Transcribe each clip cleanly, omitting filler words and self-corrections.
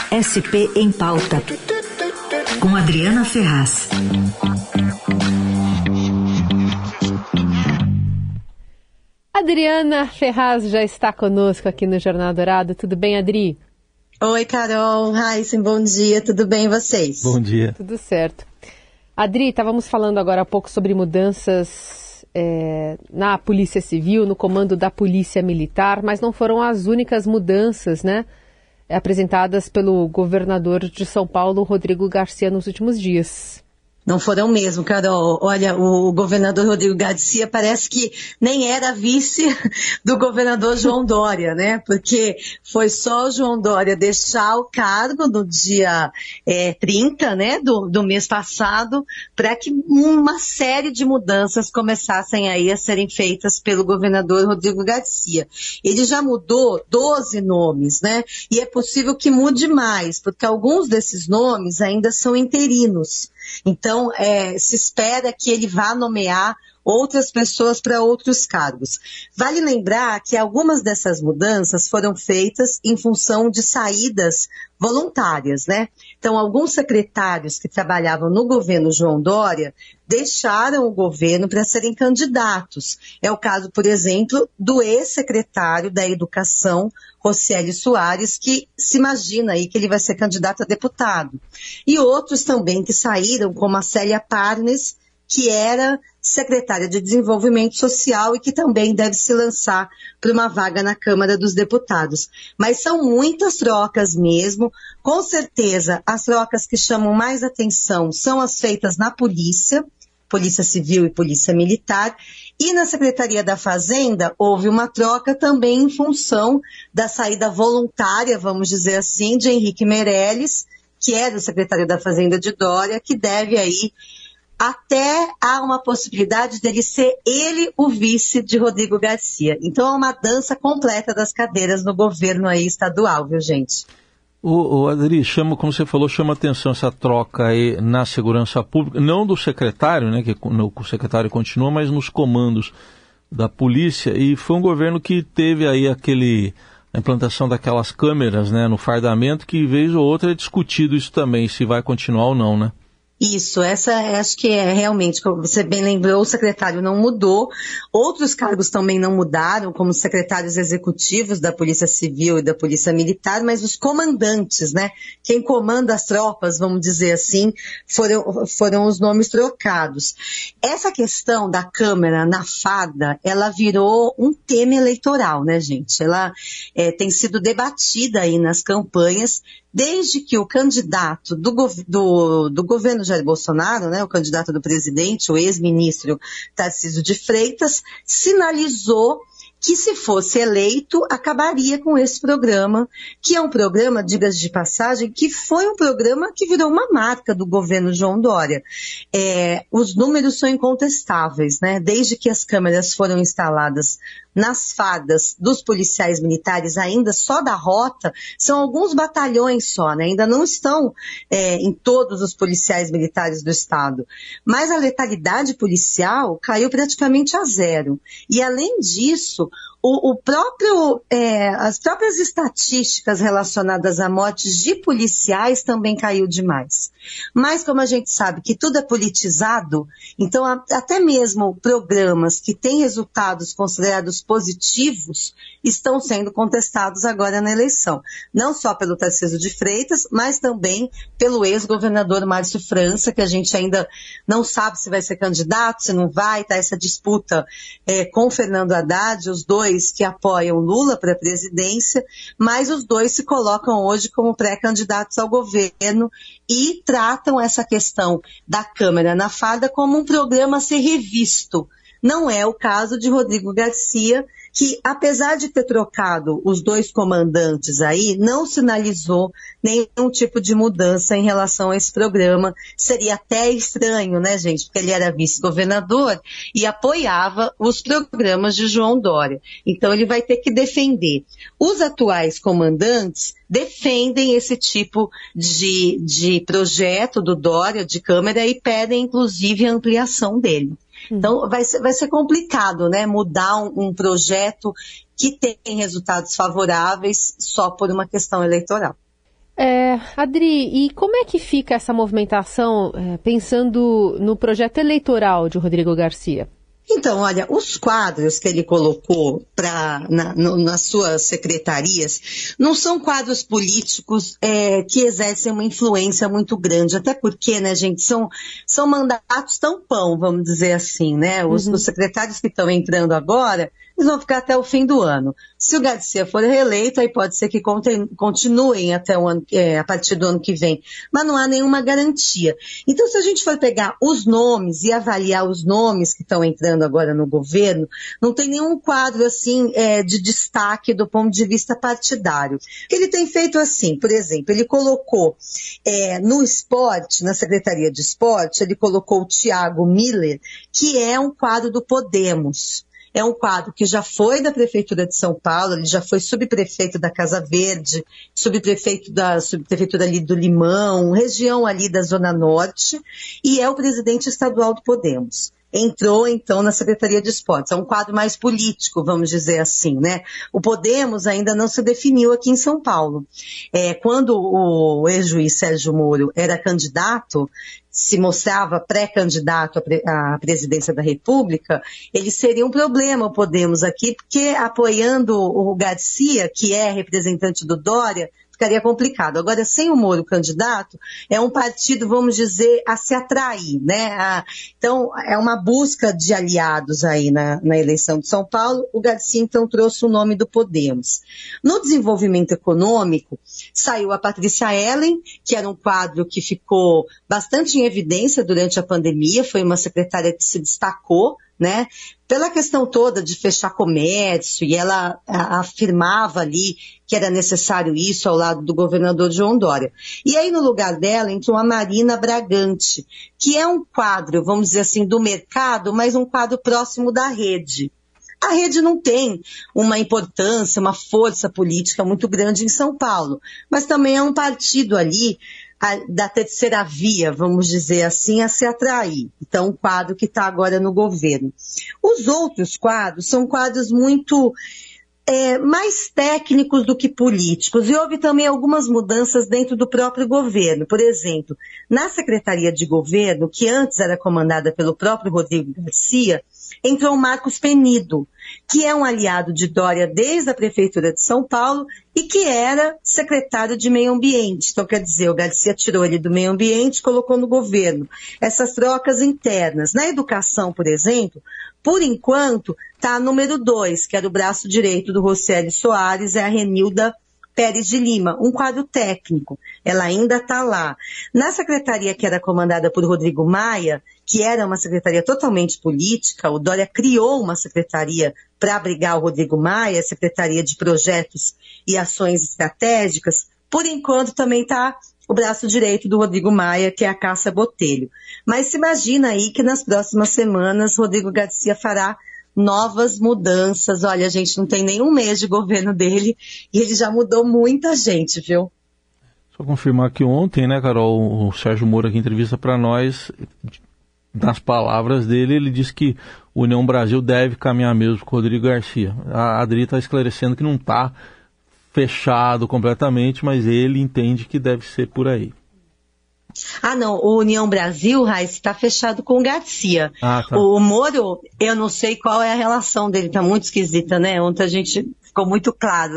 SP em Pauta, com Adriana Ferraz. Adriana Ferraz já está conosco aqui no Jornal Dourado. Tudo bem, Adri? Oi, Carol. Raíssen, bom dia. Tudo bem, e vocês? Bom dia. Tudo certo. Adri, estávamos falando agora há pouco sobre mudanças na Polícia Civil, no comando da Polícia Militar, mas não foram as únicas mudanças, né, apresentadas pelo governador de São Paulo, Rodrigo Garcia, nos últimos dias. Não foram mesmo, Carol. Olha, o governador Rodrigo Garcia parece que nem era vice do governador João Dória, né? Porque foi só o João Dória deixar o cargo no dia 30, né, do mês passado, para que uma série de mudanças começassem aí a serem feitas pelo governador Rodrigo Garcia. Ele já mudou 12 nomes, né? E é possível que mude mais, porque alguns desses nomes ainda são interinos. Então, se espera que ele vá nomear outras pessoas para outros cargos. Vale lembrar que algumas dessas mudanças foram feitas em função de saídas voluntárias, né? Então, alguns secretários que trabalhavam no governo João Dória deixaram o governo para serem candidatos. É o caso, por exemplo, do ex-secretário da Educação, Rocieli Soares, que se imagina aí que ele vai ser candidato a deputado. E outros também que saíram, como a Célia Parnes, que era secretária de Desenvolvimento Social e que também deve se lançar para uma vaga na Câmara dos Deputados. Mas são muitas trocas mesmo. Com certeza, as trocas que chamam mais atenção são as feitas na Polícia Civil e Polícia Militar. E na Secretaria da Fazenda houve uma troca também em função da saída voluntária, vamos dizer assim, de Henrique Meirelles, que era o secretário da Fazenda de Dória, que deve aí até há uma possibilidade dele ser ele o vice de Rodrigo Garcia. Então é uma dança completa das cadeiras no governo aí estadual, viu, gente? O Adri, como você falou, chama atenção essa troca aí na segurança pública, não do secretário, né, que o secretário continua, mas nos comandos da polícia, e foi um governo que teve aí a implantação daquelas câmeras, né, no fardamento, que vez ou outra é discutido isso também, se vai continuar ou não, né? Isso, acho que é realmente, como você bem lembrou, o secretário não mudou, outros cargos também não mudaram, como secretários executivos da Polícia Civil e da Polícia Militar, mas os comandantes, né, quem comanda as tropas, vamos dizer assim, foram os nomes trocados. Essa questão da Câmara na farda, ela virou um tema eleitoral, né, gente? Ela tem sido debatida aí nas campanhas, desde que o candidato do governo Jair Bolsonaro, né, o candidato do presidente, o ex-ministro Tarcísio de Freitas, sinalizou que, se fosse eleito, acabaria com esse programa, que é um programa, diga-se de passagem, que foi um programa que virou uma marca do governo João Dória. Os números são incontestáveis, né? Desde que as câmeras foram instaladas nas fardas dos policiais militares, ainda só da rota, são alguns batalhões só, né? Ainda não estão em todos os policiais militares do estado. Mas a letalidade policial caiu praticamente a zero. E, além disso, as próprias estatísticas relacionadas a mortes de policiais também caiu demais. Mas, como a gente sabe que tudo é politizado, então até mesmo programas que têm resultados considerados positivos estão sendo contestados agora na eleição. Não só pelo Tarcísio de Freitas, mas também pelo ex-governador Márcio França, que a gente ainda não sabe se vai ser candidato, se não vai, tá essa disputa com o Fernando Haddad, os dois que apoiam Lula para a presidência, mas os dois se colocam hoje como pré-candidatos ao governo e tratam essa questão da Câmara na farda como um programa a ser revisto. Não é o caso de Rodrigo Garcia, que, apesar de ter trocado os dois comandantes aí, não sinalizou nenhum tipo de mudança em relação a esse programa. Seria até estranho, né, gente? Porque ele era vice-governador e apoiava os programas de João Dória. Então ele vai ter que defender. Os atuais comandantes defendem esse tipo de projeto do Dória, de Câmara, e pedem, inclusive, a ampliação dele. Então, vai ser complicado, né, mudar um projeto que tem resultados favoráveis só por uma questão eleitoral. Adri, e como é que fica essa movimentação pensando no projeto eleitoral de Rodrigo Garcia? Então, olha, os quadros que ele colocou nas suas secretarias não são quadros políticos que exercem uma influência muito grande, até porque, né, gente, são mandatos tampão, vamos dizer assim, né? Os secretários que estão entrando agora, eles vão ficar até o fim do ano. Se o Garcia for reeleito, aí pode ser que continuem até o ano, a partir do ano que vem, mas não há nenhuma garantia. Então, se a gente for pegar os nomes e avaliar os nomes que estão entrando agora no governo, não tem nenhum quadro assim de destaque do ponto de vista partidário. O que ele tem feito assim, por exemplo, ele colocou no esporte, na Secretaria de Esporte, ele colocou o Thiago Miller, que é um quadro do Podemos. É um quadro que já foi da Prefeitura de São Paulo, ele já foi subprefeito da Casa Verde, subprefeito da subprefeitura ali do Limão, região ali da Zona Norte, e é o presidente estadual do Podemos. Entrou, então, na Secretaria de Esportes. É um quadro mais político, vamos dizer assim, né? O Podemos ainda não se definiu aqui em São Paulo. Quando o ex-juiz Sérgio Moro era candidato, se mostrava pré-candidato à presidência da República, ele seria um problema, o Podemos aqui, porque apoiando o Garcia, que é representante do Dória, ficaria complicado. Agora, sem o Moro candidato, é um partido, vamos dizer, a se atrair, né? Então, é uma busca de aliados aí na eleição de São Paulo. O Garcia, então, trouxe o nome do Podemos. No desenvolvimento econômico, saiu a Patrícia Ellen, que era um quadro que ficou bastante em evidência durante a pandemia, foi uma secretária que se destacou, né, pela questão toda de fechar comércio, e ela afirmava ali que era necessário isso ao lado do governador João Dória. E aí no lugar dela entrou a Marina Bragante, que é um quadro, vamos dizer assim, do mercado, mas um quadro próximo da rede. A rede não tem uma importância, uma força política muito grande em São Paulo, mas também é um partido ali da terceira via, vamos dizer assim, a se atrair. Então, um quadro que está agora no governo. Os outros quadros são quadros muito mais técnicos do que políticos, e houve também algumas mudanças dentro do próprio governo. Por exemplo, na Secretaria de Governo, que antes era comandada pelo próprio Rodrigo Garcia, entrou o Marcos Penido, que é um aliado de Dória desde a Prefeitura de São Paulo e que era secretário de Meio Ambiente. Então, quer dizer, o Garcia tirou ele do Meio Ambiente e colocou no governo. Essas trocas internas. Na educação, por exemplo, por enquanto, está a número 2, que era o braço direito do Rocieli Soares, é a Renilda Pérez de Lima, um quadro técnico. Ela ainda está lá. Na secretaria que era comandada por Rodrigo Maia, que era uma secretaria totalmente política, o Dória criou uma secretaria para abrigar o Rodrigo Maia, Secretaria de Projetos e Ações Estratégicas. Por enquanto também está o braço direito do Rodrigo Maia, que é a Cássia Botelho. Mas se imagina aí que nas próximas semanas Rodrigo Garcia fará novas mudanças. Olha, a gente não tem nenhum mês de governo dele e ele já mudou muita gente, viu? Só confirmar que ontem, né, Carol, o Sérgio Moro aqui em entrevista para nós, nas palavras dele, ele disse que a União Brasil deve caminhar mesmo com o Rodrigo Garcia. A Adri está esclarecendo que não está fechado completamente, mas ele entende que deve ser por aí. Ah, não, o União Brasil, Raíssa, está fechado com o Garcia. Ah, tá. O Moro, eu não sei qual é a relação dele, tá muito esquisita, né? Ontem a gente ficou muito claro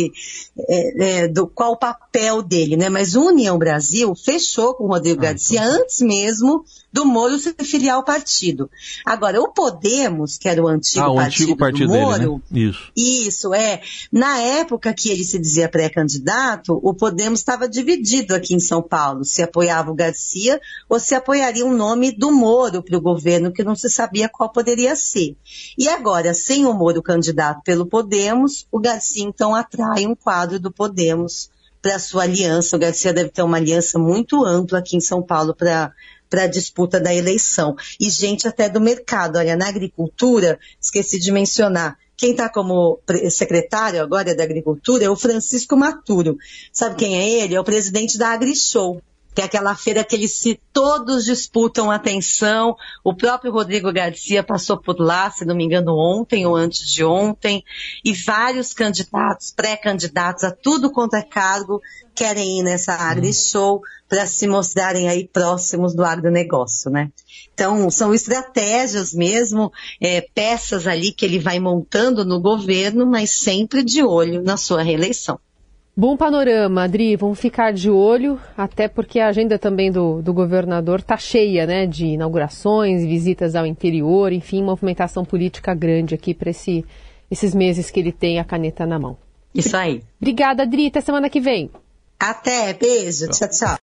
do qual o papel dele, né? Mas o União Brasil fechou com o Rodrigo Garcia antes mesmo do Moro se filiar ao partido. Agora, o Podemos, que era o antigo partido do Moro, dele, né? Isso, na época que ele se dizia pré-candidato, o Podemos estava dividido aqui em São Paulo, se apoiava o Garcia ou se apoiaria um nome do Moro para o governo, que não se sabia qual poderia ser. E agora, sem o Moro candidato pelo Podemos, o Garcia então atrai um quadro do Podemos para a sua aliança. O Garcia deve ter uma aliança muito ampla aqui em São Paulo para a disputa da eleição. E gente até do mercado. Olha, na agricultura, esqueci de mencionar, quem está como secretário agora da Agricultura é o Francisco Maturo. Sabe quem é ele? É o presidente da AgriShow. que é aquela feira que todos disputam atenção. O próprio Rodrigo Garcia passou por lá, se não me engano, ontem ou antes de ontem, e vários candidatos, pré-candidatos a tudo quanto é cargo, querem ir nessa AgriShow para se mostrarem aí próximos do agronegócio, né? Então, são estratégias mesmo, peças ali que ele vai montando no governo, mas sempre de olho na sua reeleição. Bom panorama, Adri, vamos ficar de olho, até porque a agenda também do governador está cheia, né, de inaugurações, visitas ao interior, enfim, movimentação política grande aqui para esses meses que ele tem a caneta na mão. Isso aí. Obrigada, Adri, até semana que vem. Até, beijo, tchau, tchau.